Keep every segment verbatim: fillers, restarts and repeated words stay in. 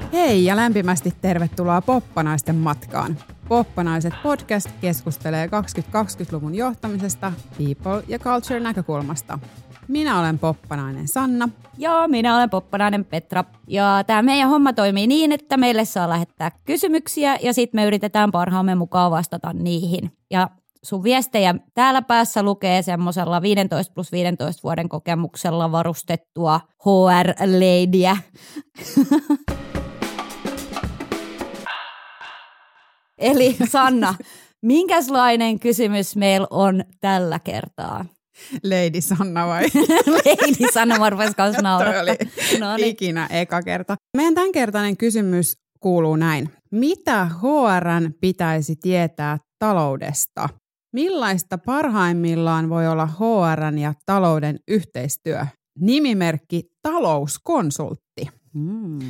Hei ja lämpimästi tervetuloa Poppanaisten matkaan. Poppanaiset podcast keskustelee kaksituhattakaksikymmentäluvun johtamisesta people- ja culture-näkökulmasta. Minä olen poppanainen Sanna. Ja minä olen poppanainen Petra. Ja tämä meidän homma toimii niin, että meille saa lähettää kysymyksiä ja sitten me yritetään parhaamme mukaan vastata niihin. Ja sun viestejä täällä päässä lukee semmoisella viisitoista plus viisitoista vuoden kokemuksella varustettua H R-leidiä. Eli Sanna, minkälainen kysymys meillä on tällä kertaa? Lady Sanna vai? Lady Sanna, mä rupesin kanssa naurattaa. Toi oli no niin. Ikinä eka kerta. Meidän tämänkertainen kysymys kuuluu näin. Mitä H R:n pitäisi tietää taloudesta? Millaista parhaimmillaan voi olla H R:n ja talouden yhteistyö? Nimimerkki talouskonsultti. Hmm.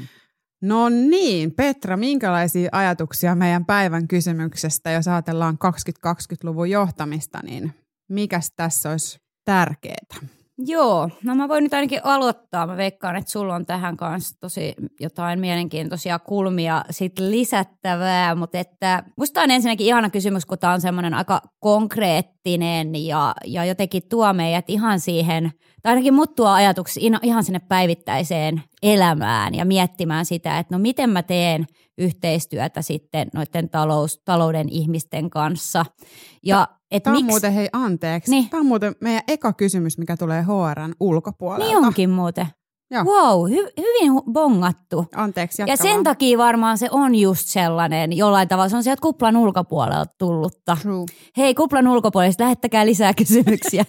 No niin, Petra, minkälaisia ajatuksia meidän päivän kysymyksestä, jos ajatellaan kaksituhattakaksikymmentäluvun johtamista, niin mikäs tässä olisi tärkeää? Joo, no mä voin nyt ainakin aloittaa. Mä veikkaan, että sulla on tähän kanssa tosi jotain mielenkiintoisia kulmia sit lisättävää, mutta että musta on ensinnäkin ihana kysymys, kun tää on semmoinen aika konkreettinen ja, ja jotenkin tuo meidät ihan siihen, tai ainakin mut tuo ajatuksia ihan sinne päivittäiseen elämään ja miettimään sitä, että no miten mä teen yhteistyötä sitten noiden talous, talouden ihmisten kanssa. Ja et Tämä on miksi? muuten, hei anteeksi, niin. Tämä on muuten meidän eka kysymys, mikä tulee H R:n ulkopuolelta. Niin onkin muuten. Joo. Wow, hy- hyvin bongattu. Anteeksi, jatka Ja sen vaan. takia varmaan se on just sellainen, jollain tavalla se on sieltä kuplan ulkopuolelta tullutta. True. Hei, kuplan ulkopuolesta, lähettäkää lisää kysymyksiä.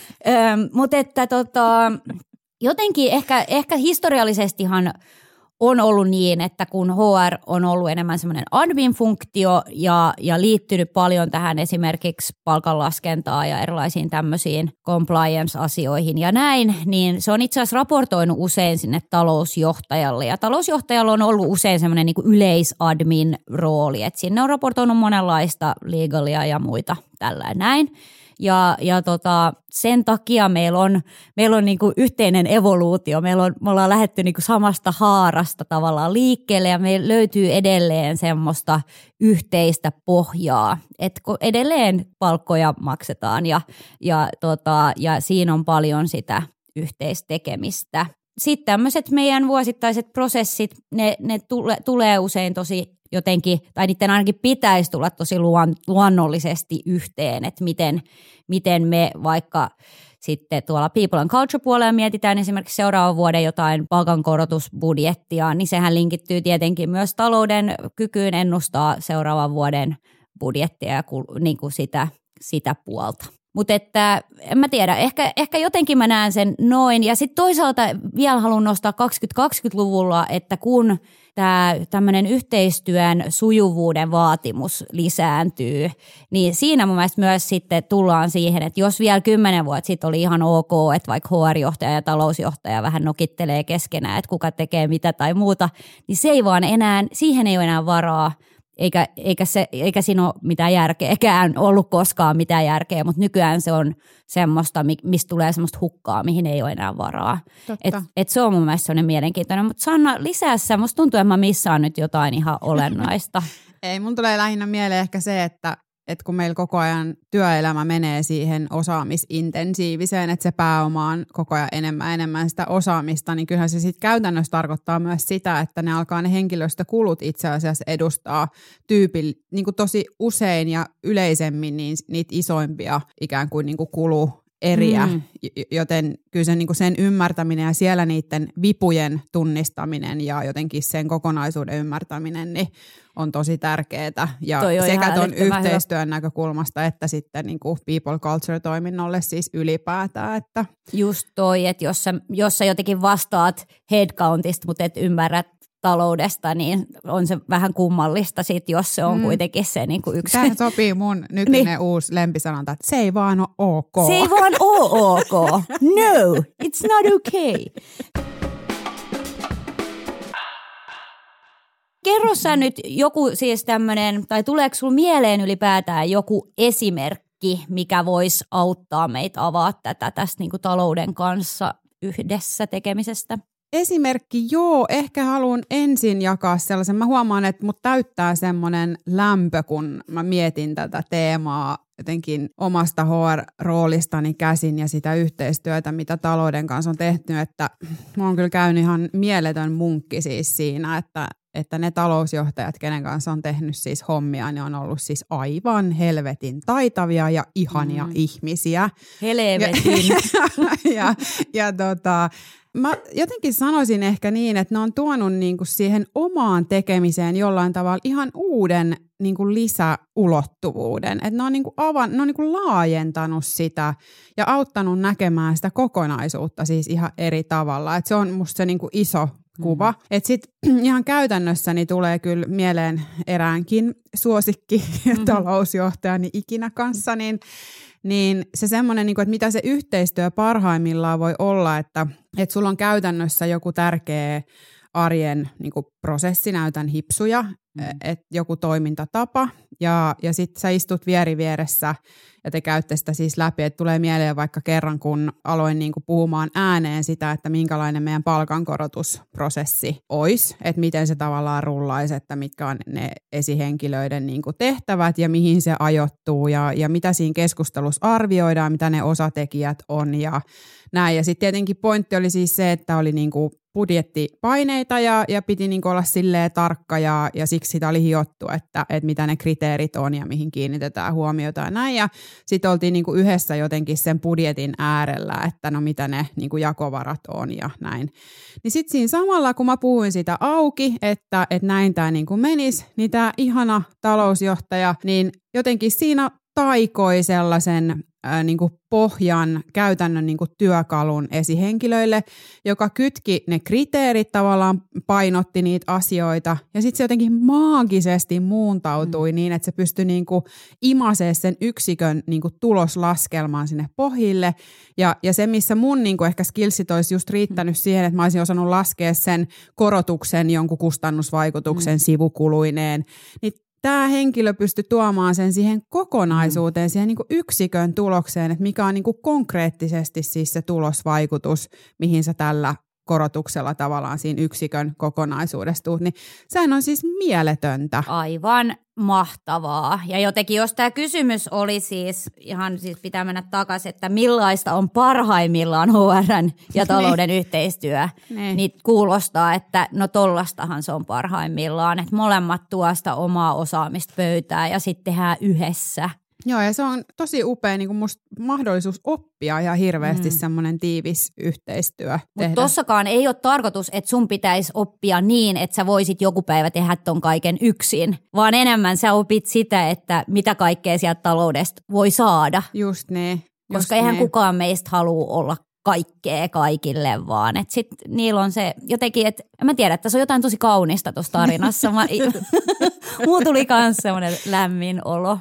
Öm, mutta että tota, jotenkin ehkä, ehkä historiallisestihan on ollut niin, että kun H R on ollut enemmän semmoinen admin-funktio ja, ja liittynyt paljon tähän esimerkiksi palkanlaskentaan ja erilaisiin tämmöisiin compliance-asioihin ja näin, niin se on itse asiassa raportoinut usein sinne talousjohtajalle. Ja talousjohtajalla on ollut usein semmoinen niin kuin yleisadmin-rooli, että sinne on raportoinut monenlaista legalia ja muita tällä näin. Ja, ja tota, sen takia meillä on, meillä on niinku yhteinen evoluutio. Meillä on, me ollaan lähdetty niinku samasta haarasta tavallaan liikkeelle ja meillä löytyy edelleen semmoista yhteistä pohjaa. Että edelleen palkkoja maksetaan ja, ja, tota, ja siinä on paljon sitä yhteistekemistä. Sitten tämmöiset meidän vuosittaiset prosessit, ne, ne tule, tulee usein tosi jotenkin, tai niiden ainakin pitäisi tulla tosi luon, luonnollisesti yhteen, että miten, miten me vaikka sitten tuolla People and Culture-puolella mietitään esimerkiksi seuraavan vuoden jotain palkankorotusbudjettia, niin sehän linkittyy tietenkin myös talouden kykyyn ennustaa seuraavan vuoden budjettia ja niin kuin sitä, sitä puolta. Mutta että en mä tiedä, ehkä, ehkä jotenkin mä näen sen noin. Ja sitten toisaalta vielä haluan nostaa kaksituhattakaksikymmentäluvulla, että kun tämä tämmöinen yhteistyön sujuvuuden vaatimus lisääntyy, niin siinä mun mielestä myös sitten tullaan siihen, että jos vielä kymmenen vuotta sitten oli ihan ok, että vaikka H R-johtaja ja talousjohtaja vähän nokittelee keskenään, että kuka tekee mitä tai muuta, niin se ei vaan enää, siihen ei ole enää varaa. Eikä, eikä, se, eikä siinä ole mitään järkeäkään ollut koskaan mitään järkeä, mutta nykyään se on semmoista, mistä tulee semmoista hukkaa, mihin ei ole enää varaa. Et, et se on mun mielestä semmoinen mielenkiintoinen. Mutta Sanna, lisää sä, musta tuntuu, että mä missaan nyt jotain ihan olennaista. Ei, mun tulee lähinnä mieleen ehkä se, että että kun meillä koko ajan työelämä menee siihen osaamisintensiiviseen, että se pääoma on koko ajan enemmän enemmän sitä osaamista, niin kyllähän se sitten käytännössä tarkoittaa myös sitä, että ne alkaa ne henkilöstökulut itse asiassa edustaa tyypil, niin kuin tosi usein ja yleisemmin niin niitä isoimpia ikään kuin, niin kuin kulueriä, mm. joten kyllä sen, niin kuin sen ymmärtäminen ja siellä niiden vipujen tunnistaminen ja jotenkin sen kokonaisuuden ymmärtäminen, niin on tosi tärkeää ja sekä tuon yhteistyön hyvä. näkökulmasta että sitten niin kuin people culture-toiminnolle siis ylipäätään. Että. Just toi, että jos sä, jos sä jotenkin vastaat headcountista, mutta et ymmärrät taloudesta, niin on se vähän kummallista sit, jos se on mm. kuitenkin se niin kuin yksi. Tähän sopii mun nykyinen niin. uusi lempisanonta, että se ei vaan ole ok. Se ei vaan ole ok. No, it's not okay. Kerro sä nyt joku siis tämmöinen, tai tuleeko sulla mieleen ylipäätään joku esimerkki, mikä voisi auttaa meitä avaa tätä tästä niin kuin talouden kanssa yhdessä tekemisestä? esimerkki, joo, ehkä haluan ensin jakaa sellaisen. Mä huomaan, että mut täyttää semmoinen lämpö, kun mä mietin tätä teemaa jotenkin omasta H R-roolistani käsin ja sitä yhteistyötä, mitä talouden kanssa on tehty, että mä oon kyllä käynyt ihan mieletön munkki siis siinä, että, että ne talousjohtajat, kenen kanssa on tehnyt siis hommia, ne on ollut siis aivan helvetin taitavia ja ihania mm. ihmisiä. Helvetin. Ja, ja, ja tota... Mä jotenkin sanoisin ehkä niin, että ne on tuonut niinku siihen omaan tekemiseen jollain tavalla ihan uuden niinku lisäulottuvuuden. Että ne on, niinku avan, ne on niinku laajentanut sitä ja auttanut näkemään sitä kokonaisuutta siis ihan eri tavalla. Et se on musta se niinku iso kuva. Mm. Että sitten ihan käytännössä niin tulee kyllä mieleen eräänkin suosikki mm-hmm. talousjohtajani ikinä kanssa, niin niin se semmoinen, että mitä se yhteistyö parhaimmillaan voi olla, että, että sulla on käytännössä joku tärkeä arjen niin kuin prosessi, näytän hipsuja, mm. että joku toimintatapa ja, ja sitten sä istut vieri vieressä ja te käytte sitä siis läpi, että tulee mieleen vaikka kerran, kun aloin niin kuin puhumaan ääneen sitä, että minkälainen meidän palkankorotusprosessi olisi, että miten se tavallaan rullaisi, että mitkä on ne esihenkilöiden niin kuin tehtävät ja mihin se ajoittuu ja, ja mitä siinä keskustelussa arvioidaan, mitä ne osatekijät on ja näin. Ja sitten tietenkin pointti oli siis se, että oli niin kuin budjettipaineita ja, ja piti niin kuin olla silleen tarkka ja, ja siksi sitä oli hiottu, että, että mitä ne kriteerit on ja mihin kiinnitetään huomiota ja näin. Ja sitten oltiin niin kuin yhdessä jotenkin sen budjetin äärellä, että no mitä ne niin kuin jakovarat on ja näin. Niin sitten siinä samalla, kun mä puhuin sitä auki, että, että näin tämä niin kuin menisi, niin tämä ihana talousjohtaja, niin jotenkin siinä taikoi sellaisen ää, niin kuin pohjan käytännön niin kuin työkalun esihenkilöille, joka kytki ne kriteerit, tavallaan painotti niitä asioita ja sitten se jotenkin maagisesti muuntautui mm. niin, että se pystyi niin kuin imasee sen yksikön niin kuin tuloslaskelmaan sinne pohjille ja, ja se, missä mun niin kuin ehkä skillsit olisi just riittänyt siihen, että mä olisin osannut laskea sen korotuksen jonkun kustannusvaikutuksen mm. sivukuluineen, niin tämä henkilö pystyi tuomaan sen siihen kokonaisuuteen, siihen niin kuin yksikön tulokseen, että mikä on niin kuin konkreettisesti siis se tulosvaikutus, mihin sä tällä korotuksella tavallaan siinä yksikön kokonaisuudessa tuut, niin sehän on siis mieletöntä. Aivan mahtavaa. Ja jotenkin, jos tämä kysymys oli siis, ihan siis pitää mennä takaisin, että millaista on parhaimmillaan H R:n ja talouden yhteistyö, ne. Niin kuulostaa, että no tollastahan se on parhaimmillaan, että molemmat tuosta omaa osaamista pöytään ja sitten tehdään yhdessä. Joo, ja se on tosi upea niin kuin musta mahdollisuus oppia ihan hirveästi mm. semmoinen tiivis yhteistyö. Mutta tossakaan ei ole tarkoitus, että sun pitäisi oppia niin, että sä voisit joku päivä tehdä ton kaiken yksin, vaan enemmän sä opit sitä, että mitä kaikkea sieltä taloudesta voi saada. Just niin. Just Koska eihän niin. kukaan meistä halua olla kaikkea kaikille vaan. Että sit niillä on se jotenkin, että en mä tiedä, että se on jotain tosi kaunista tuossa tarinassa. Mä, muu tuli kans semmoinen lämmin olo.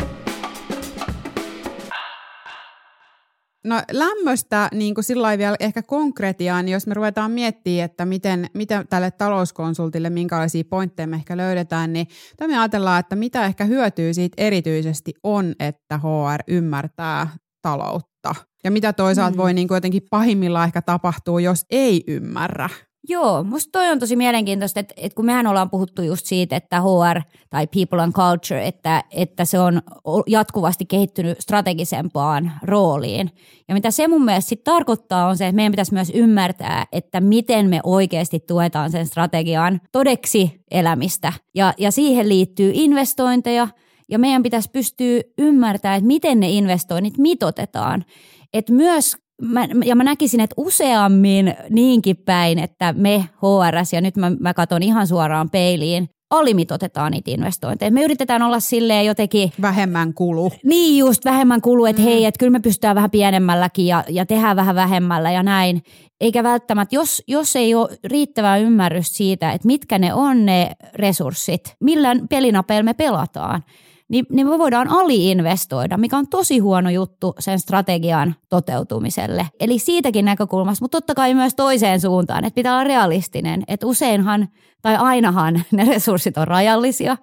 No lämmöstä niin kuin sillä lailla vielä ehkä konkretiaan, niin jos me ruvetaan miettimään, että miten, miten tälle talouskonsultille, minkälaisia pointteja me ehkä löydetään, niin me ajatellaan, että mitä ehkä hyötyy siitä erityisesti on, että H R ymmärtää taloutta. Ja mitä toisaalta mm. voi niin kuin jotenkin pahimmillaan ehkä tapahtua, jos ei ymmärrä. Joo, musta toi on tosi mielenkiintoista, että, että kun mehän ollaan puhuttu just siitä, että H R tai People and Culture, että, että se on jatkuvasti kehittynyt strategisempaan rooliin. Ja mitä se mun mielestä sit tarkoittaa on se, että meidän pitäisi myös ymmärtää, että miten me oikeasti tuetaan sen strategian todeksi elämistä. Ja, ja siihen liittyy investointeja ja meidän pitäisi pystyä ymmärtämään, että miten ne investoinnit mitotetaan. Että myös Mä, ja mä näkisin, että useammin niinkin päin, että me H R:ssä, ja nyt mä, mä katson ihan suoraan peiliin, alimitotetaan niitä investointeja. Me yritetään olla silleen jotenkin vähemmän kulu. Niin just, vähemmän kulu, että mm. hei, että kyllä me pystytään vähän pienemmälläkin ja, ja tehdään vähän vähemmällä ja näin. Eikä välttämättä, jos, jos ei ole riittävää ymmärrystä siitä, että mitkä ne on ne resurssit, millä pelinapeilla me pelataan, niin, niin me voidaan aliinvestoida, mikä on tosi huono juttu sen strategian toteutumiselle. Eli siitäkin näkökulmasta, mutta totta kai myös toiseen suuntaan, että pitää olla realistinen, että useinhan tai ainahan ne resurssit on rajallisia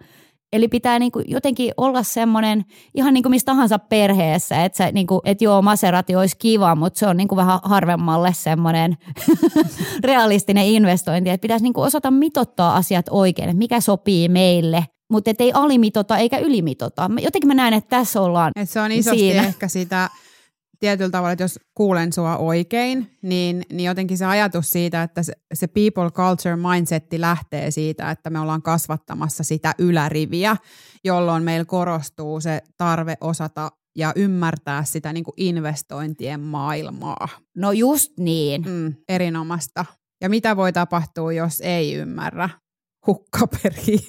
Eli pitää niinku jotenkin olla semmoinen ihan niin kuin missä tahansa perheessä, että se, niinku, et joo, Maserati olisi kiva, mutta se on niinku vähän harvemmalle semmoinen realistinen investointi. Että pitäisi niinku osata mitottaa asiat oikein, että mikä sopii meille, mutta ei alimitota eikä ylimitota. Jotenkin mä näen, että tässä ollaan Et se on isosti siinä. ehkä sitä tietyllä tavalla, että jos kuulen sua oikein, niin, niin jotenkin se ajatus siitä, että se, se people culture mindsetti lähtee siitä, että me ollaan kasvattamassa sitä yläriviä, jolloin meillä korostuu se tarve osata ja ymmärtää sitä niin kuin investointien maailmaa. No just niin. Mm, erinomasta. Ja mitä voi tapahtua, jos ei ymmärrä? Hukkaperi.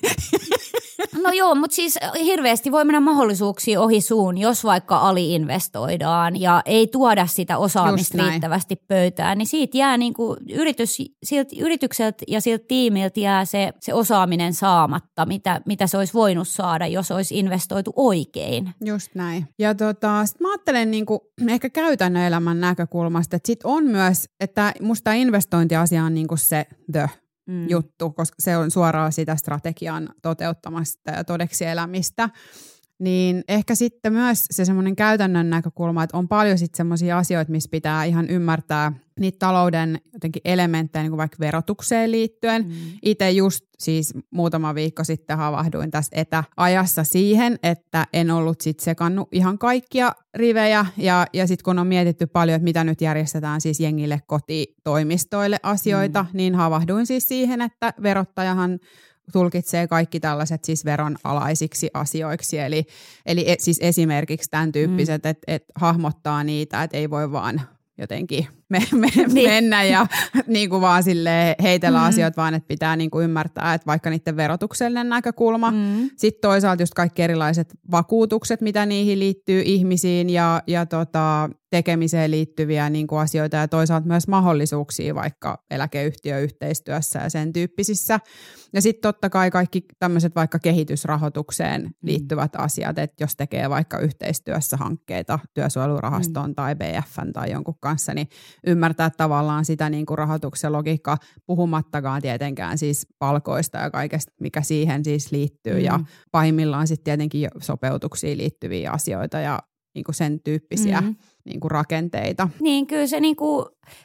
No joo, mutta siis hirveästi voi mennä mahdollisuuksia ohi suun, jos vaikka aliinvestoidaan ja ei tuoda sitä osaamista riittävästi pöytään, niin siitä jää niin kuin yritys, siltä yritykseltä ja siltä tiimiltä jää se, se osaaminen saamatta, mitä, mitä se olisi voinut saada, jos olisi investoitu oikein. Just näin. Ja tota, sit mä ajattelen niin kuin ehkä käytännön elämän näkökulmasta, että sit on myös, että musta investointiasia on niin kuin se the Mm. juttu, koska se on suoraan sitä strategian toteuttamasta ja todeksi elämistä, niin ehkä sitten myös se semmoinen käytännön näkökulma, että on paljon sitten semmoisia asioita, missä pitää ihan ymmärtää niitä talouden jotenkin elementtejä, niin kuin vaikka verotukseen liittyen. Mm. Itse just siis muutama viikko sitten havahduin tässä etäajassa siihen, että en ollut sitten sekannut ihan kaikkia rivejä ja, ja sitten kun on mietitty paljon, että mitä nyt järjestetään siis jengille kotitoimistoille asioita, mm. niin havahduin siis siihen, että verottajahan tulkitsee kaikki tällaiset siis veronalaisiksi asioiksi, eli, eli et, siis esimerkiksi tämän tyyppiset, mm. että et hahmottaa niitä, että ei voi vaan jotenkin me, me, niin. mennä ja niin kuin vaan silleen heitellä mm. asioita, vaan että pitää niin kuin ymmärtää, että vaikka niiden verotuksellinen näkökulma, mm. sitten toisaalta just kaikki erilaiset vakuutukset, mitä niihin liittyy ihmisiin ja, ja tota, tekemiseen liittyviä niin kuin asioita ja toisaalta myös mahdollisuuksia vaikka eläkeyhtiöyhteistyössä ja sen tyyppisissä. Ja sitten totta kai kaikki tämmöiset vaikka kehitysrahoitukseen liittyvät mm. asiat, että jos tekee vaikka yhteistyössä hankkeita työsuojelurahastoon mm. tai B F:n tai jonkun kanssa, niin ymmärtää tavallaan sitä niin kuin rahoituksen logiikkaa, puhumattakaan tietenkään siis palkoista ja kaikesta, mikä siihen siis liittyy. Mm. Ja pahimmillaan sitten tietenkin sopeutuksiin liittyviä asioita ja niin kuin sen tyyppisiä mm. niin kuin rakenteita. Niin, kyllä se niin kuin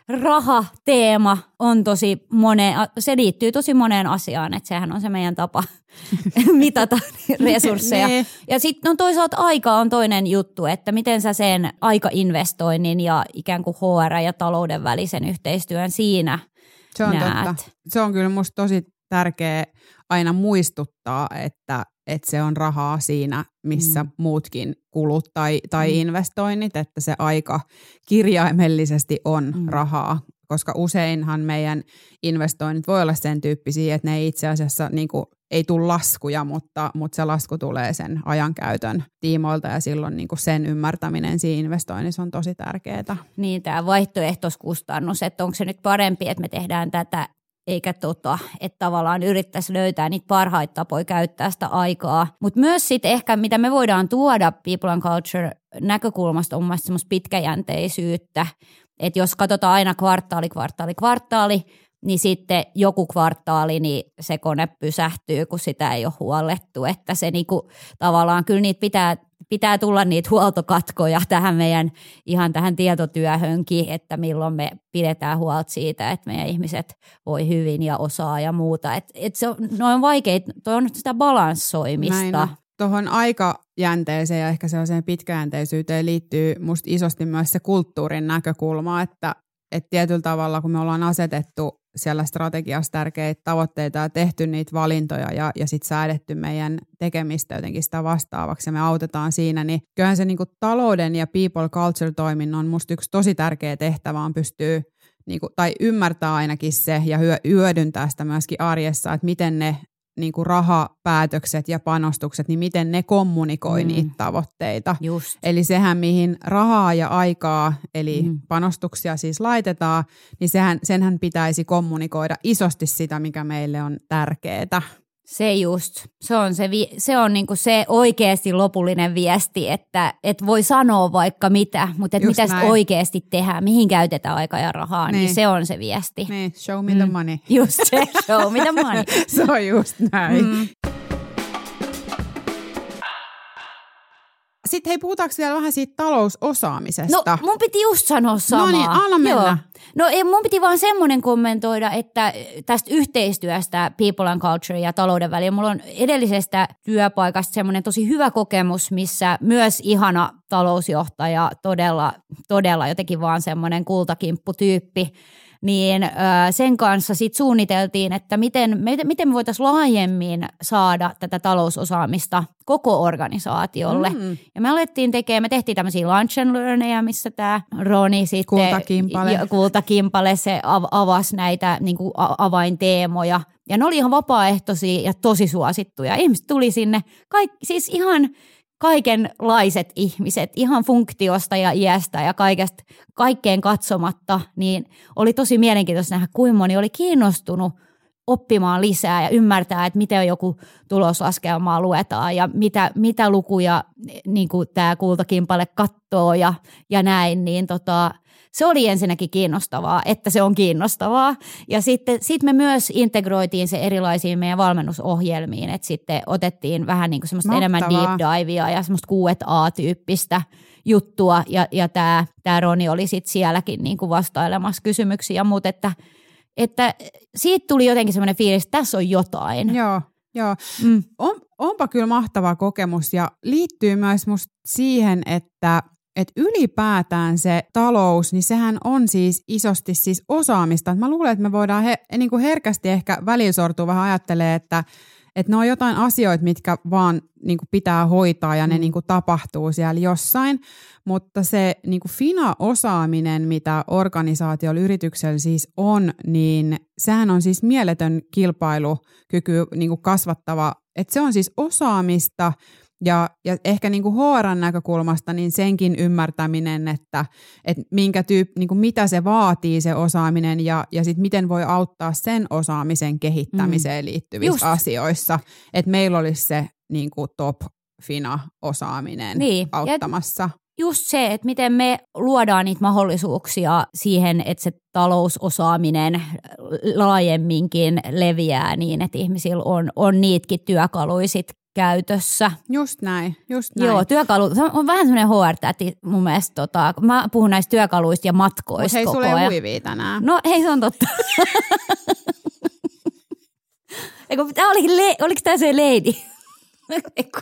rahateema on tosi moneen, se liittyy tosi moneen asiaan, että sehän on se meidän tapa mitata resursseja. Ne. Ja sitten no toisaalta aika on toinen juttu, että miten sä sen aikainvestoinnin ja ikään kuin H R ja talouden välisen yhteistyön siinä se on näet. Totta. Se on kyllä musta tosi tärkeä aina muistuttaa, että että se on rahaa siinä, missä mm. muutkin kulut tai, tai mm. investoinnit, että se aika kirjaimellisesti on mm. rahaa, koska useinhan meidän investoinnit voi olla sen tyyppisiä, että ne ei itse asiassa niin kuin, ei tule laskuja, mutta, mutta se lasku tulee sen ajankäytön tiimoilta ja silloin niin kuin sen ymmärtäminen siinä investoinnissa on tosi tärkeää. Niin, tämä vaihtoehtoiskustannus, että onko se nyt parempi, että me tehdään tätä eikä tota, että tavallaan yrittäisi löytää niitä parhaita tapoja käyttää sitä aikaa. Mutta myös sitten ehkä, mitä me voidaan tuoda people and culture näkökulmasta, on mun mielestä semmoista pitkäjänteisyyttä. Että jos katsotaan aina kvartaali, kvartaali, kvartaali, niin sitten joku kvartaali, niin se kone pysähtyy, kun sitä ei ole huollettu. Että se niinku, tavallaan kyllä niitä pitää, pitää tulla niitä huoltokatkoja tähän meidän, ihan tähän tietotyöhönkin, että milloin me pidetään huolta siitä, että meidän ihmiset voi hyvin ja osaa ja muuta. Että et se on, no on vaikeita, toi on sitä balanssoimista. Tuohon aikajänteeseen ja ehkä sellaiseen pitkäjänteisyyteen liittyy musta isosti myös se kulttuurin näkökulma, että et tietyllä tavalla, kun me ollaan asetettu siellä strategiassa tärkeitä tavoitteita ja tehty niitä valintoja ja, ja sitten säädetty meidän tekemistä jotenkin sitä vastaavaksi ja me autetaan siinä, niin kyllähän se niinku talouden ja people culture toiminnon musta yksi tosi tärkeä tehtävä on pystyy, niinku, tai ymmärtää ainakin se ja hyödyntää sitä myöskin arjessa, että miten ne niinku rahapäätökset ja panostukset, niin miten ne kommunikoi mm. niitä tavoitteita. Just. Eli sehän, mihin rahaa ja aikaa, eli mm. panostuksia siis laitetaan, niin sehän, senhän pitäisi kommunikoida isosti sitä, mikä meille on tärkeää. Se just, se on, se, se, on niinku se oikeasti lopullinen viesti, että et voi sanoa vaikka mitä, mutta et mitä sitten oikeasti tehdään, mihin käytetään aikaa ja rahaa, niin. niin se on se viesti. Niin, show me the money. Just se, show me the money. Se on just näin. Mm. sitten hei, puhutaanko vielä vähän siitä talousosaamisesta? No mun piti just sanoa samaa. No niin, anna mennä. Joo. No ei, mun piti vaan semmoinen kommentoida, että tästä yhteistyöstä people and culture ja talouden välillä. Mulla on edellisestä työpaikasta semmoinen tosi hyvä kokemus, missä myös ihana talousjohtaja, todella, todella jotenkin vaan semmoinen kultakimpputyyppi, niin ö, sen kanssa sit suunniteltiin, että miten, miten me voitaisiin laajemmin saada tätä talousosaamista koko organisaatiolle. Mm. Ja me alettiin tekemään, me tehtiin tämmöisiä lunch and learneja, missä tämä Roni sitten, Kultakimpale, Kultakimpale se av- avasi näitä niin kuin avainteemoja. Ja ne oli ihan vapaaehtoisia ja tosi suosittuja. Ihmiset tuli sinne, kaikki, siis ihan kaikenlaiset ihmiset, ihan funktiosta ja iästä ja kaikesta, kaikkeen katsomatta, niin oli tosi mielenkiintoista nähdä, kuinka moni oli kiinnostunut oppimaan lisää ja ymmärtää, että miten joku tuloslaskelmaa luetaan ja mitä, mitä lukuja niin kuin tämä Kultakimpale katsoo ja, ja näin, niin tota, se oli ensinnäkin kiinnostavaa, että se on kiinnostavaa. Ja sitten sit me myös integroitiin se erilaisiin meidän valmennusohjelmiin, että sitten otettiin vähän niin kuin semmoista Mahtavaa. enemmän deep divea ja semmoista Q and A-tyyppistä juttua. Ja, ja tämä, tämä Roni oli sitten sielläkin niin kuin vastailemassa kysymyksiä, mutta että, että siitä tuli jotenkin semmoinen fiilis, että tässä on jotain. Joo, joo. Mm. On, onpa kyllä mahtava kokemus ja liittyy myös musta siihen, että että ylipäätään se talous, niin sehän on siis isosti siis osaamista. Mä luulen, että me voidaan he, niin kuin herkästi ehkä välillä sortua vähän ajattelee, että, että ne on jotain asioita, mitkä vaan niin kuin pitää hoitaa ja ne niin kuin tapahtuu siellä jossain. Mutta se niin kuin Fina-osaaminen, mitä organisaatiolla, yrityksellä siis on, niin sehän on siis mieletön kilpailukyky niin kuin kasvattava. Että se on siis osaamista. Ja, ja ehkä niin kuin H R:n näkökulmasta niin senkin ymmärtäminen, että, että minkä tyyp, niin kuin mitä se vaatii se osaaminen ja, ja sit miten voi auttaa sen osaamisen kehittämiseen mm. liittyvissä Just. asioissa. Että meillä olisi se niin kuin top Fina-osaaminen niin. auttamassa. Ja just se, että miten me luodaan niitä mahdollisuuksia siihen, että se talousosaaminen laajemminkin leviää niin, että ihmisillä on, on niitäkin työkaluja sit käytössä. Just näin, just näin. Joo, työkalu, se on vähän semmoinen H R-täti mun mielestä, tota, mä puhun näistä työkaluista ja matkoista hei, koko ajan. Hei, sulla ei huivia tänään. No hei, se on totta. Eiku, tää olikin, le- oliko tää se lady? Eiku.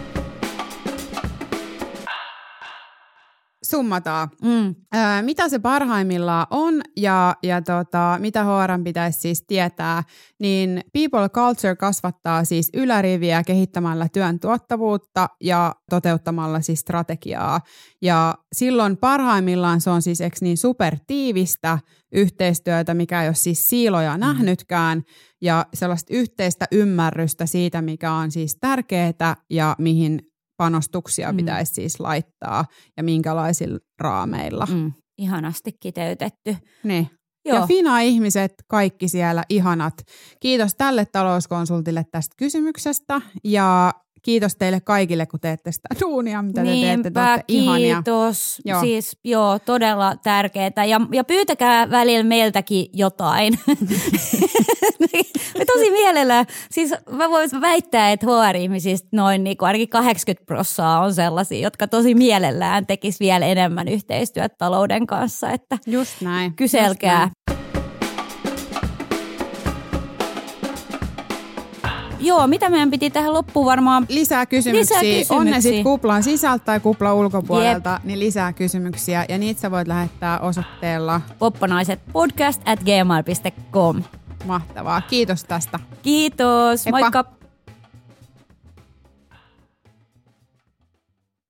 Summataan. Mm. Öö, mitä se parhaimmillaan on ja, ja tota, mitä H R pitäisi siis tietää, niin People Culture kasvattaa siis yläriviä kehittämällä työn tuottavuutta ja toteuttamalla siis strategiaa. Ja silloin parhaimmillaan se on siis eks niin supertiivistä yhteistyötä, mikä ei ole siis siiloja nähnytkään ja sellaista yhteistä ymmärrystä siitä, mikä on siis tärkeää ja mihin panostuksia mm. pitäisi siis laittaa ja minkälaisilla raameilla. Mm. Ihanasti kiteytetty. Niin. Joo. Ja Fina-ihmiset, kaikki siellä ihanat. Kiitos tälle talouskonsultille tästä kysymyksestä ja kiitos teille kaikille, kun teette sitä duunia, mitä te teette. Te olette ihania. Kiitos. Joo. Siis joo, todella tärkeää. Ja, ja pyytäkää välillä meiltäkin jotain. Me tosi mielellään. Siis mä voisin väittää, että H R-ihmisistä noin niin kuin ainakin kahdeksankymmentä prosenttia on sellaisia, jotka tosi mielellään tekis vielä enemmän yhteistyötä talouden kanssa. Että just näin. Kyselkää. Just näin. Joo, mitä meidän piti tähän loppuun varmaan? Lisää kysymyksiä. Lisää kysymyksiä. On ne sitten kuplan sisältä tai kuplan ulkopuolelta, Jep. niin lisää kysymyksiä. Ja niitä sä voit lähettää osoitteella popponaisetpodcast at gmail dot com. Mahtavaa. Kiitos tästä. Kiitos. Heippa. Moikka.